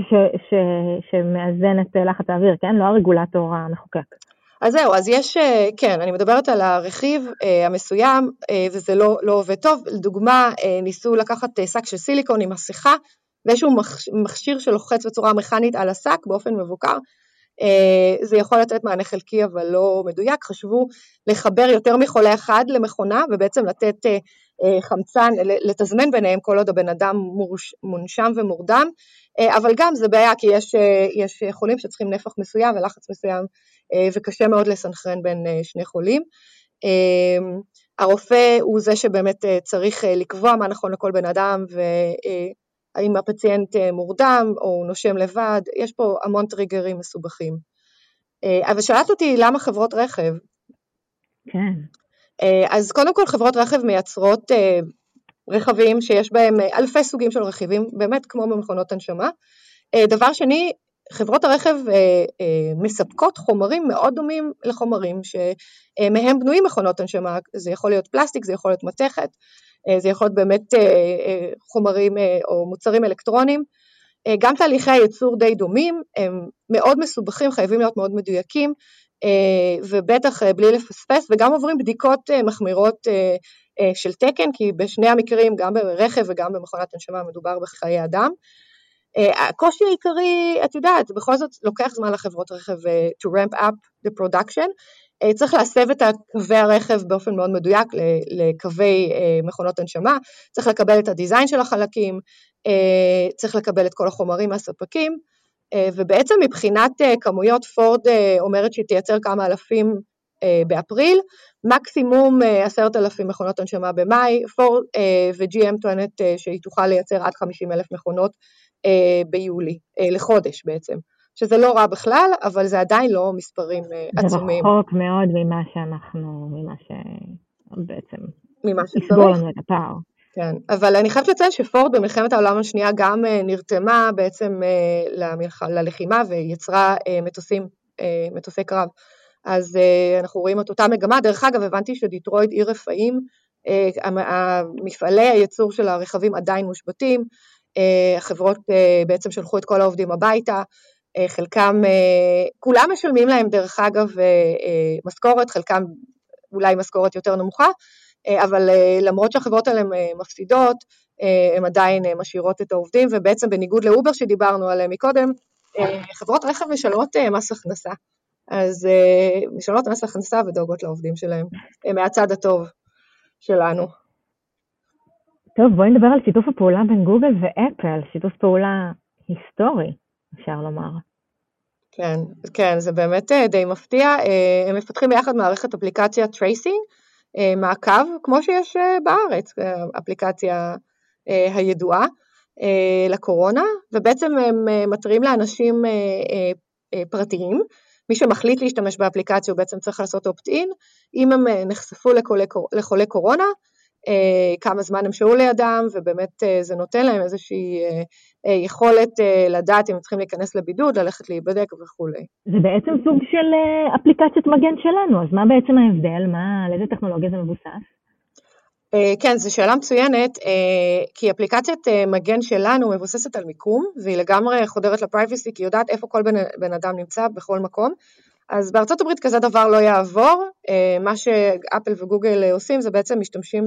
שמאזן את לחץ האוויר, כן? לא הרגולטור המחוקק. אז זהו, אז יש, כן, אני מדברת על הרכיב המסוים, וזה לא עובד טוב. לדוגמה, ניסו לקחת שק של סיליקון עם מסכה, ואיזשהו מכשיר שלוחץ בצורה מכנית על השק באופן מבוקר, זה יכול לתת מענה חלקי אבל לא מדויק. חשבו לחבר יותר מחולה אחד למכונה, ובעצם לתת חמצן, לתזמן ביניהם כל עוד הבן אדם מונשם ומורדם, אבל גם זה בעיה כי יש חולים שצריכים נפח מסוים ולחץ מסוים, וקשה מאוד לסנכרן בין שני חולים. הרופא הוא זה שבאמת צריך לקבוע מה נכון לכל בן אדם, והאם הפציינט מורדם או נושם לבד, יש פה המון טריגרים מסובכים. אבל שאלת אותי למה חברות רכב? כן. אז קודם כל חברות רכב מייצרות רכבים שיש בהם אלפי סוגים של רכיבים, באמת כמו במכונות הנשמה. דבר שני, חברות הרכב מספקות חומרים מאוד דומים לחומרים שמהם בנויים מכונות הנשמה, זה יכול להיות פלסטיק, זה יכול להיות מתכת, זה יכול להיות באמת חומרים או מוצרים אלקטרוניים, גם תהליכי הייצור די דומים, הם מאוד מסובכים, חייבים להיות מאוד מדויקים, ובטח בלי לפספס, וגם עוברים בדיקות מחמירות של תקן, כי בשני המקרים, גם ברכב וגם במכונת הנשמה, מדובר בחיי אדם. הקושי העיקרי, את יודעת, בכל זאת לוקח זמן לחברות רכב to ramp up the production, צריך להסב את קווי הרכב באופן מאוד מדויק לקווי מכונות הנשמה, צריך לקבל את הדיזיין של החלקים, צריך לקבל את כל החומרים מהספקים, ובעצם מבחינת כמויות פורד אומרת שהיא תייצר כמה אלפים באפריל, מקסימום 10,000 מכונות הנשמה במאי, פורד ו-GM טוענת שהיא תוכל לייצר עד 50,000 מכונות ביולי, לחודש בעצם, שזה לא רע בכלל, אבל זה עדיין לא מספרים עצומים. זה רחוק מאוד ממה יסגור לנו את הפער. כן, אבל אני חייבת לציין שפורד במלחמת העולם השנייה גם נרתמה בעצם ללחימה ויצרה מטוסי קרב, אז אנחנו רואים את אותה מגמה. דרך אגב, הבנתי שדיטרויט עיר רפאים, מפעלי הייצור של הרכבים עדיין מושבתים, החברות בעצם שלחו את כל העובדים הביתה, חלקם, כולם משלמים להם דרך אגב משכורת, חלקם אולי משכורת יותר נמוכה, אבל למרות שהחברות האלה מפסידות, הן עדיין משאירות את העובדים, ובעצם בניגוד לאובר שדיברנו עליהם מקודם, חברות רכב משלמות מס הכנסה, אז משלמות מס הכנסה ודואגות לעובדים שלהם, מהצד הטוב שלנו. טוב, בואי נדבר על שיתוף הפעולה בין גוגל ואפל, שיתוף פעולה היסטורי, אפשר לומר. כן, כן, זה באמת די מפתיע, הם מפתחים ביחד מערכת אפליקציה טרייסינג, מעקב, כמו שיש בארץ, אפליקציה הידועה לקורונה, ובעצם הם מטרים לאנשים פרטיים, מי שמחליט להשתמש באפליקציה הוא בעצם צריך לעשות אופט-אין, אם הם נחשפו לחולי קורונה, כמה זמן הם שהו לידם, ובאמת זה נותן להם איזושהי יכולת לדעת אם הם צריכים להיכנס לבידוד, ללכת להיבדק וכו'. זה בעצם סוג של אפליקציית מגן שלנו, אז מה בעצם ההבדל? על איזה טכנולוגיה זה מבוסס? כן, זו שאלה מצוינת, כי אפליקציית מגן שלנו מבוססת על מיקום, והיא לגמרי חודרת לפרייבסי, כי היא יודעת איפה כל בן אדם נמצא בכל מקום, אז בארצות הברית כזה דבר לא יעבור, מה שאפל וגוגל עושים זה בעצם משתמשים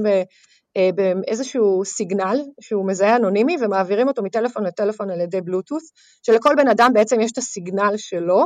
באיזשהו סיגנל שהוא מזהה אנונימי, ומעבירים אותו מטלפון לטלפון על ידי בלוטות', שלכל בן אדם בעצם יש את הסיגנל שלו,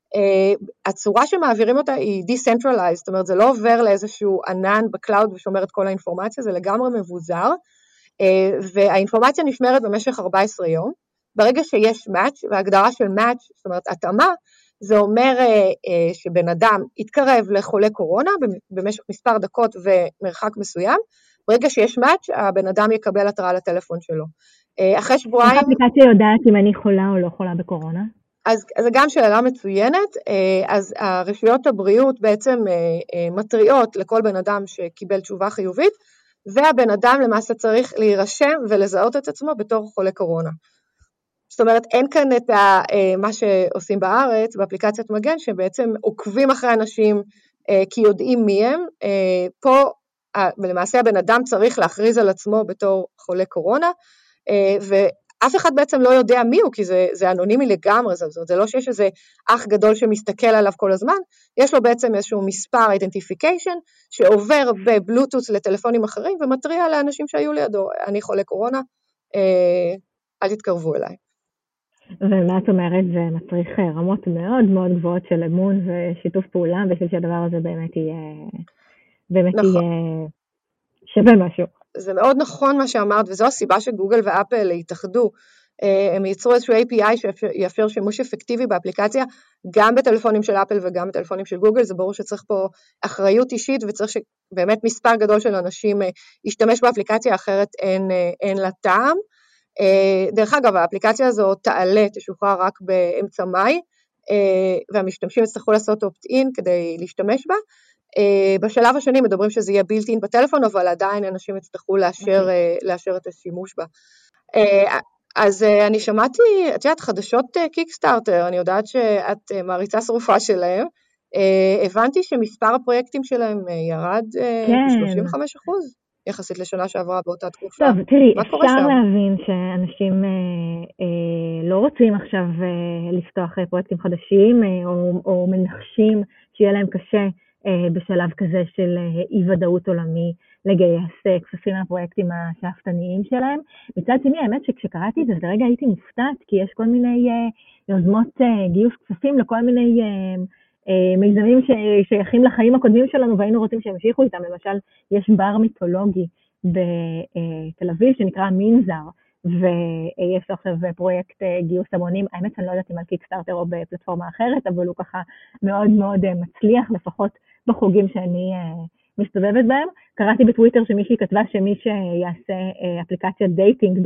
הצורה שמעבירים אותה היא decentralized, זאת אומרת זה לא עובר לאיזשהו ענן בקלאוד ושומר את כל האינפורמציה, זה לגמרי מבוזר, והאינפורמציה נשמרת במשך 14 יום, ברגע שיש match, והגדרה של match, זאת אומרת התאמה, זה אומר שבן אדם יתקרב לחולה קורונה במשך מספר דקות ומרחק מסוים, ברגע שיש match, הבן אדם יקבל התראה לטלפון שלו. אחרי שבועיים... איך האפליקציה יודעת אם אני חולה או לא חולה בקורונה? אז זה גם שאלה מצוינת, אז הרשויות הבריאות בעצם מטריעות לכל בן אדם שקיבל תשובה חיובית, והבן אדם למעשה צריך להירשם ולזהות את עצמו בתור חולה קורונה. זאת אומרת, אין כאן את מה שעושים בארץ, באפליקציית מגן, שבעצם עוקבים אחרי אנשים כי יודעים מי הם, פה למעשה הבן אדם צריך להכריז על עצמו בתור חולה קורונה, ואף אחד בעצם לא יודע מי הוא, כי זה אנונימי לגמרי, זה לא שיש איזה אח גדול שמסתכל עליו כל הזמן, יש לו בעצם איזשהו מספר identification, שעובר בבלוטות' לטלפונים אחרים, ומטריע לאנשים שהיו לידו, אני חולה קורונה, אל תתקרבו אליי. ומה את אומרת, זה מצריך רמות מאוד מאוד גבוהות של אמון ושיתוף פעולה, בשביל שהדבר הזה באמת יהיה שווה משהו. זה מאוד נכון מה שאמרת, וזו הסיבה שגוגל ואפל התאחדו, הם ייצרו איזשהו API שיאפשר שימוש אפקטיבי באפליקציה, גם בטלפונים של אפל וגם בטלפונים של גוגל, זה ברור שצריך פה אחריות אישית, וצריך שבאמת מספר גדול של אנשים ישתמש באפליקציה, אחרת אין לה טעם. דרך אגב, האפליקציה הזו תעלה, תשוחרר רק באמצע מאי, והמשתמשים יצטרכו לעשות opt-in כדי להשתמש בה. בשלב השני מדברים שזה יהיה built-in בטלפון, אבל עדיין אנשים יצטרכו לאשר את השימוש בה. אז אני שמעתי, את יודעת, חדשות קיקסטארטר, אני יודעת שאת מעריצה שרופה שלהם, הבנתי שמספר הפרויקטים שלהם ירד ב-35%, יחסית לשנה שעברה באותה תקופה. טוב, תראי, אפשר להבין שאנשים לא רוצים עכשיו לפתוח פרויקטים חדשים, או מנחשים שיהיה להם קשה בשלב כזה של אי-ודאות עולמי לגייס כספים מהפרויקטים השאפתניים שלהם. מצד שני, האמת שכשקראתי את זה, לרגע הייתי מופתעת, כי יש כל מיני יוזמות גיוס כספים לכל מיני מיזמים ששייכים לחיים הקודמים שלנו, והיינו רוצים שהם ימשיכו איתם. למשל, יש בר מיתולוגי בתל אביב שנקרא מינזר, ויש לו עכשיו פרויקט גיוס המונים, האמת שאני לא יודעת אם על קיקסטארטר או בפלטפורמה אחרת, אבל הוא ככה מאוד מאוד מצליח, לפחות בחוגים שאני מסתובבת בהם. קראתי בטוויטר שמישהי כתבה שמי שיעשה אפליקציית דייטינג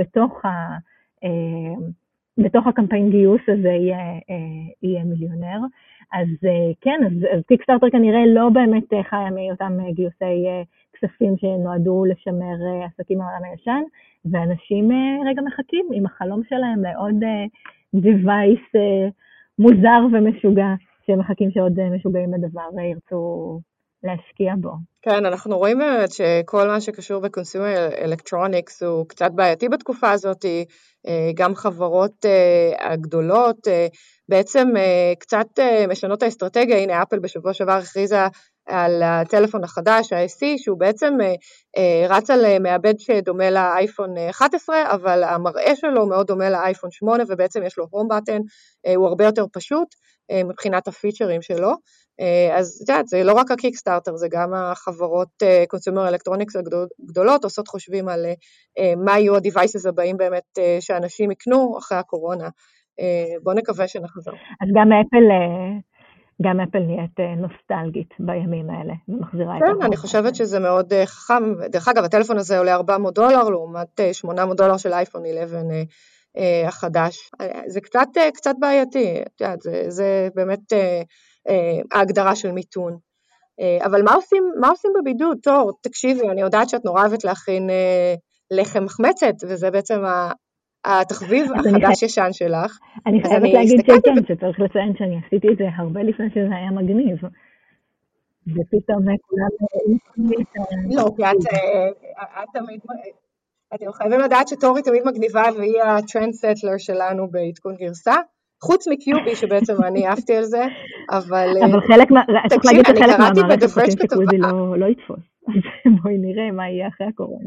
בתוך הקמפיין גיוס הזה יהיה מיליונר. אז כן, אז קיקסטארטר כנראה לא באמת חיה מאותם גיוסי כספים שנועדו לשמר עסקים מהעולם הישן, ואנשים רגע מחכים עם החלום שלהם לעוד device מוזר ומשוגע, שהם מחכים שעוד משוגעים לדבר וירצו להשקיע בו. כן, אנחנו רואים באמת שכל מה שקשור ב-consumer electronics הוא קצת בעייתי בתקופה הזאת, גם חברות הגדולות בעצם קצת משנות האסטרטגיה. הנה אפל בשבוע שעבר הכריזה על הטלפון החדש, ה-SE, שהוא בעצם רץ על מעבד שדומה לאייפון 11, אבל המראה שלו מאוד דומה לאייפון 8, ובעצם יש לו הום בטן, הוא הרבה יותר פשוט מבחינת הפיצ'רים שלו. אז יודעת, זה לא רק הקיקסטארטר, זה גם החברות קונסיומר אלקטרוניקס הגדולות, עושות חושבים על מה יהיו ה-devices הבאים באמת שאנשים יקנו אחרי הקורונה. בוא נקווה שנחזור. אז גם אפל נהיית נוסטלגית בימים האלה, ומחזירה את כן, אני חושבת שזה מאוד חכם. דרך אגב, הטלפון הזה עולה $400, לעומת $800 של אייפון 11 החדש. זה קצת בעייתי, זה באמת ההגדרה של מיתון. אבל מה עושים בבידוד? תור, תקשיבי, אני יודעת שאת נורא אוהבת להכין לחם מחמצת, וזה בעצם התחביב החדש ישן שלך. אני חייבת להגיד שכן, שצריך לציין שאני עשיתי את זה הרבה לפני שזה היה מגניב. ופתאום כולם... לא, כי את תמיד... אתם חייבים לדעת שטורי תמיד מגניבה, והיא הטרנדסטלר שלנו בעדכון גרסה, חוץ מקיובי שבעצם אני אהבתי על זה, אבל חלק מהמערכת חושבים שקודי לא יתפוס. אז בואי נראה מה יהיה אחרי הקורונה.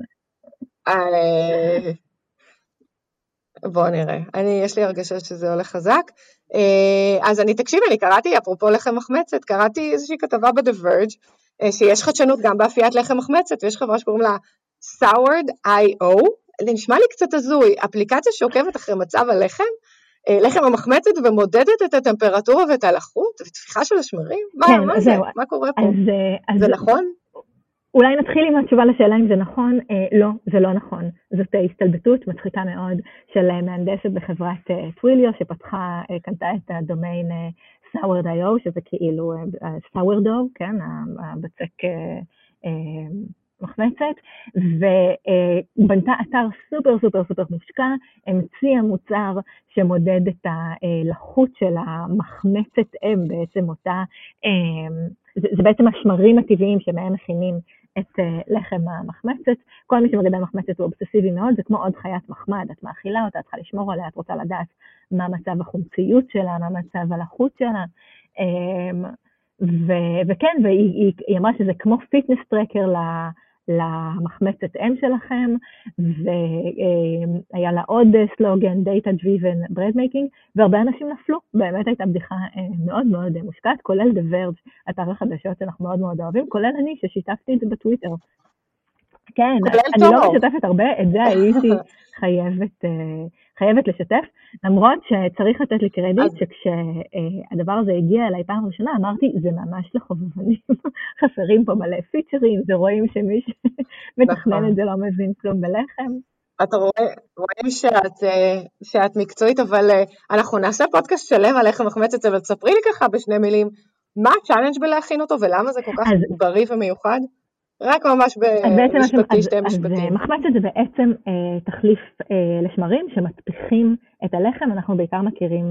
בואו נראה, יש לי הרגשה שזה הולך חזק. אז אני קראתי, אפרופו לחם מחמצת, קראתי איזושהי כתבה ב-The Verge, שיש חדשנות גם באפיית לחם מחמצת, ויש חברה שקוראים לה Soured.io, זה נשמע לי קצת הזוי, אפליקציה שעוקבת אחרי מצב הלחם, לחם המחמצת ומודדת את הטמפרטורה ואת הלחות, ותפיחה של השמרים, מה זה? מה קורה פה? זה נכון? אולי נתחיל עם התשובה לשאלה אם זה נכון. לא, זה לא נכון. זאת הסתלבטות מצחיקה מאוד של מהנדסת בחברת טוויליו, קנתה את הדומיין Soured.io, שזה כאילו Sourdough, כן, הבצק מחמצת, ובנתה אתר סופר סופר סופר מושקע, המציאה מוצר שמודד את הלחות של המחמצת בעצם אותה, זה בעצם השמרים הטבעיים שמהם מכינים את לחם המחמצת. כל מי שמגדל מחמצת הוא אובססיבי מאוד, זה כמו עוד חיית מחמד, את מאכילה אותה, את צריכה לשמור עליה, את רוצה לדעת מה מצב החומציות שלה, מה מצב הלחות שלה, וכן, והיא אמרה שזה כמו פיטנס טרקר למחמצת אם שלכם, והיה לה עוד סלוגן, Data Driven Bread Making, והרבה אנשים נפלו, באמת הייתה בדיחה מאוד מאוד מושקעת, כולל The Verge, אתר החדשות שאנחנו מאוד מאוד אוהבים, כולל אני ששיתפתי את זה בטוויטר. כן, כולל אני לא תואר. משתפת הרבה, את זה הייתי חייבת לשתף, למרות שצריך לתת לי קרדיט שכשהדבר הזה הגיע אליי פעם ראשונה, אמרתי, זה ממש לחובבנים, חסרים פה מלא פיצ'רים, זה רואים שמי שמתכנן את זה לא מבין כלום בלחם. אתה רואים שאת מקצועית, אבל אנחנו נעשה פודקאסט שלם על לחם מחמצת, אבל תספרי לי ככה בשני מילים, מה הצ'אלנג' בלהכין אותו ולמה זה כל כך בריא ומיוחד? רק ממש במשפטי, שתי משפטים. אז מחמצת זה בעצם תחליף לשמרים שמטפיחים את הלחם, אנחנו בעיקר מכירים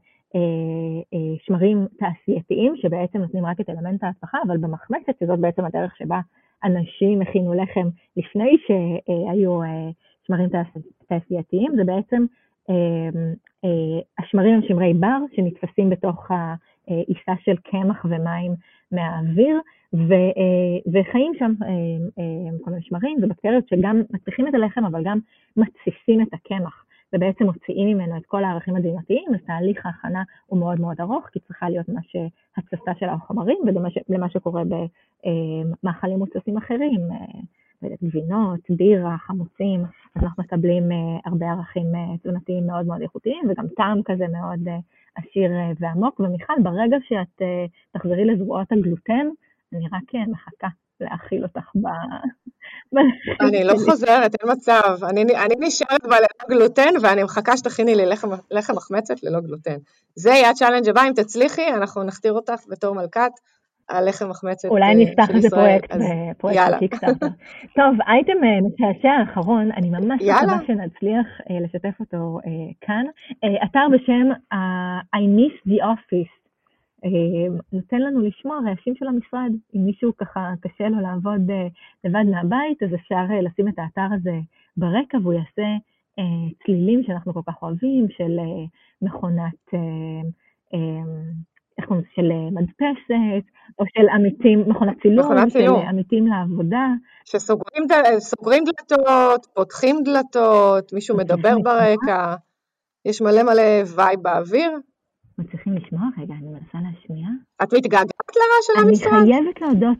שמרים תעשייתיים שבעצם נותנים רק את אלמנט ההטפחה, אבל במחמצת שזאת בעצם הדרך שבה אנשים הכינו לחם לפני שהיו שמרים תעשייתיים, זה בעצם השמרים הם שמרי בר שנתפסים בתוך העיסה של קמח ומים מהאוויר, וחיים שם כל מיני שמרים ובקטריות שגם מטפיחים את הלחם אבל גם מתסיסים את הקמח ובעצם מוציאים ממנו את כל הערכים התזונתיים. אז תהליך ההכנה הוא מאוד מאוד ארוך כי צריכה להיות ממש הצסה של החומרים בדומה למה שקורה במאכלים מוצסים אחרים, גבינות, בירה, חמוצים, אז אנחנו מקבלים הרבה ערכים תזונתיים מאוד מאוד איכותיים וגם טעם כזה מאוד עשיר ועמוק. ומיכל, ברגע שאת תחזרי לזרועות הגלוטן, אני רק מחכה להאכיל אותך אני לא חוזרת, אין מצב. אני נשארת בללא גלוטן, ואני מחכה שתכיני לי לחם מחמצת ללא גלוטן. זה יהיה הצ'אלנג' הבא, אם תצליחי, אנחנו נכתיר אותך בתור מלכת על לחם מחמצת של ישראל. אולי נפתח איזה פרויקט קיקסטארטר. טוב, אייטם משעשע האחרון, אני ממש מקווה שנצליח לשתף אותו כאן. אתר בשם I Miss the Office, נותן לנו לשמוע רעשים של המשרד. אם מישהו ככה קשה לו לעבוד לבד מהבית, אז אפשר לשים את האתר הזה ברקע, והוא יעשה צלילים שאנחנו כל כך אוהבים, של מכונת, של מדפסת, או של עמיתים, מכונת צילום, של עמיתים לעבודה. שסוגרים דלתות, פותחים דלתות, מישהו מדבר ברקע, יש מלא וייב באוויר. מצליחים לשמוע? רגע, אני מנסה להשמיע. את מתגעגעת לרעש של המשרד? אני חייבת להודות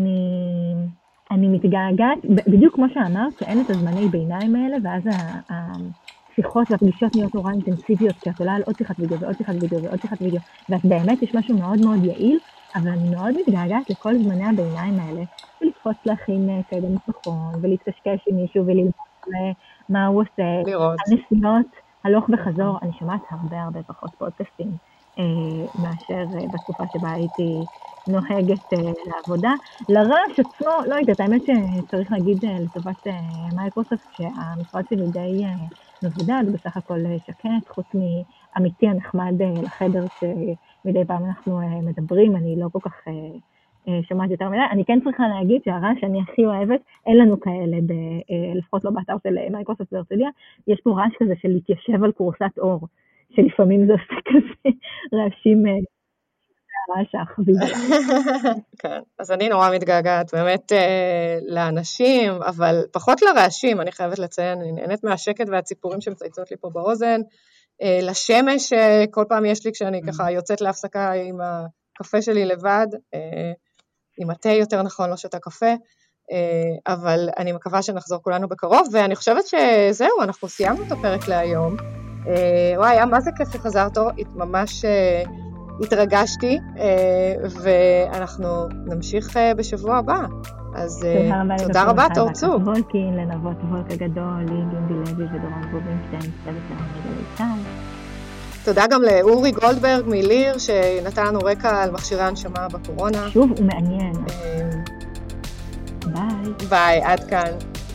שאני מתגעגעת, בדיוק כמו שאמרת, שאין את הזמני ביניים האלה, ואז השיחות והפגישות נהיות נורא אינטנסיביות, כי את עולה על עוד שיחת וידאו ועוד שיחת וידאו ועוד שיחת וידאו, ואת באמת יש משהו מאוד מאוד יעיל, אבל אני מאוד מתגעגעת לכל זמני הביניים האלה, ולקפוץ להכין קדם נכון, ולהתקשקש עם מישהו וללמוד מה הוא עושה. לראות. הנסיעות, הלוך וחזור, אני שומעת הרבה פחות פודקאסטים מאשר בתקופה שבה הייתי נוהגת לעבודה. לרעש עצמו, לא יודעת, האמת שצריך להגיד לטובת מייקרוסופט שהמשרד שלי די מבודד, בסך הכל שקט, חוץ מאמיתי הנחמד לחדר שמדי פעם אנחנו מדברים, אני לא כל כך שמעת יותר מדי. אני כן צריכה להגיד שהרעש שאני הכי אוהבת, אין לנו כאלה, לפחות לא באתר של מייקרוסופט בהרצליה, יש פה רעש כזה של להתיישב על קורסת אור, שלפעמים זה עושה כזה רעשים, הרעש האחביב. כן, אז אני נורא מתגעגעת באמת לאנשים, אבל פחות לרעשים, אני חייבת לציין, אני נהנית מהשקט והציפורים שמצייצות לי פה באוזן, לשמש כל פעם יש לי כשאני ככה יוצאת להפסקה עם הקפה שלי לבד, עם התה יותר נכון, לא שותה קפה, אבל אני מקווה שנחזור כולנו בקרוב, ואני חושבת שזהו, אנחנו סיימנו את הפרק להיום. וואי, מה זה כיף שחזרת, ממש התרגשתי, ואנחנו נמשיך בשבוע הבא. אז תודה רבה, תור צוק. וולקין, לנבות וולק הגדול, גינדי לוי ודורון רובינשטיין, צוות שלנו גלי. תודה גם לאורי גולדברג מליר, שנתן לנו רקע על מכשירי הנשמה בקורונה. שוב, הוא מעניין. ביי. ביי, עד כאן.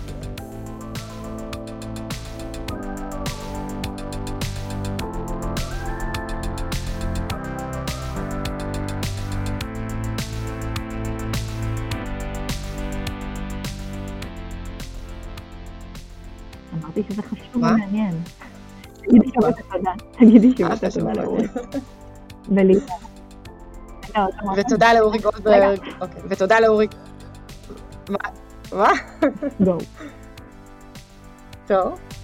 אמרתי שזה חשוב ומעניין. תגידי שוב את התודה לאורי. ותודה לאורי גולדברג. ותודה לאורי. מה? גו. טוב.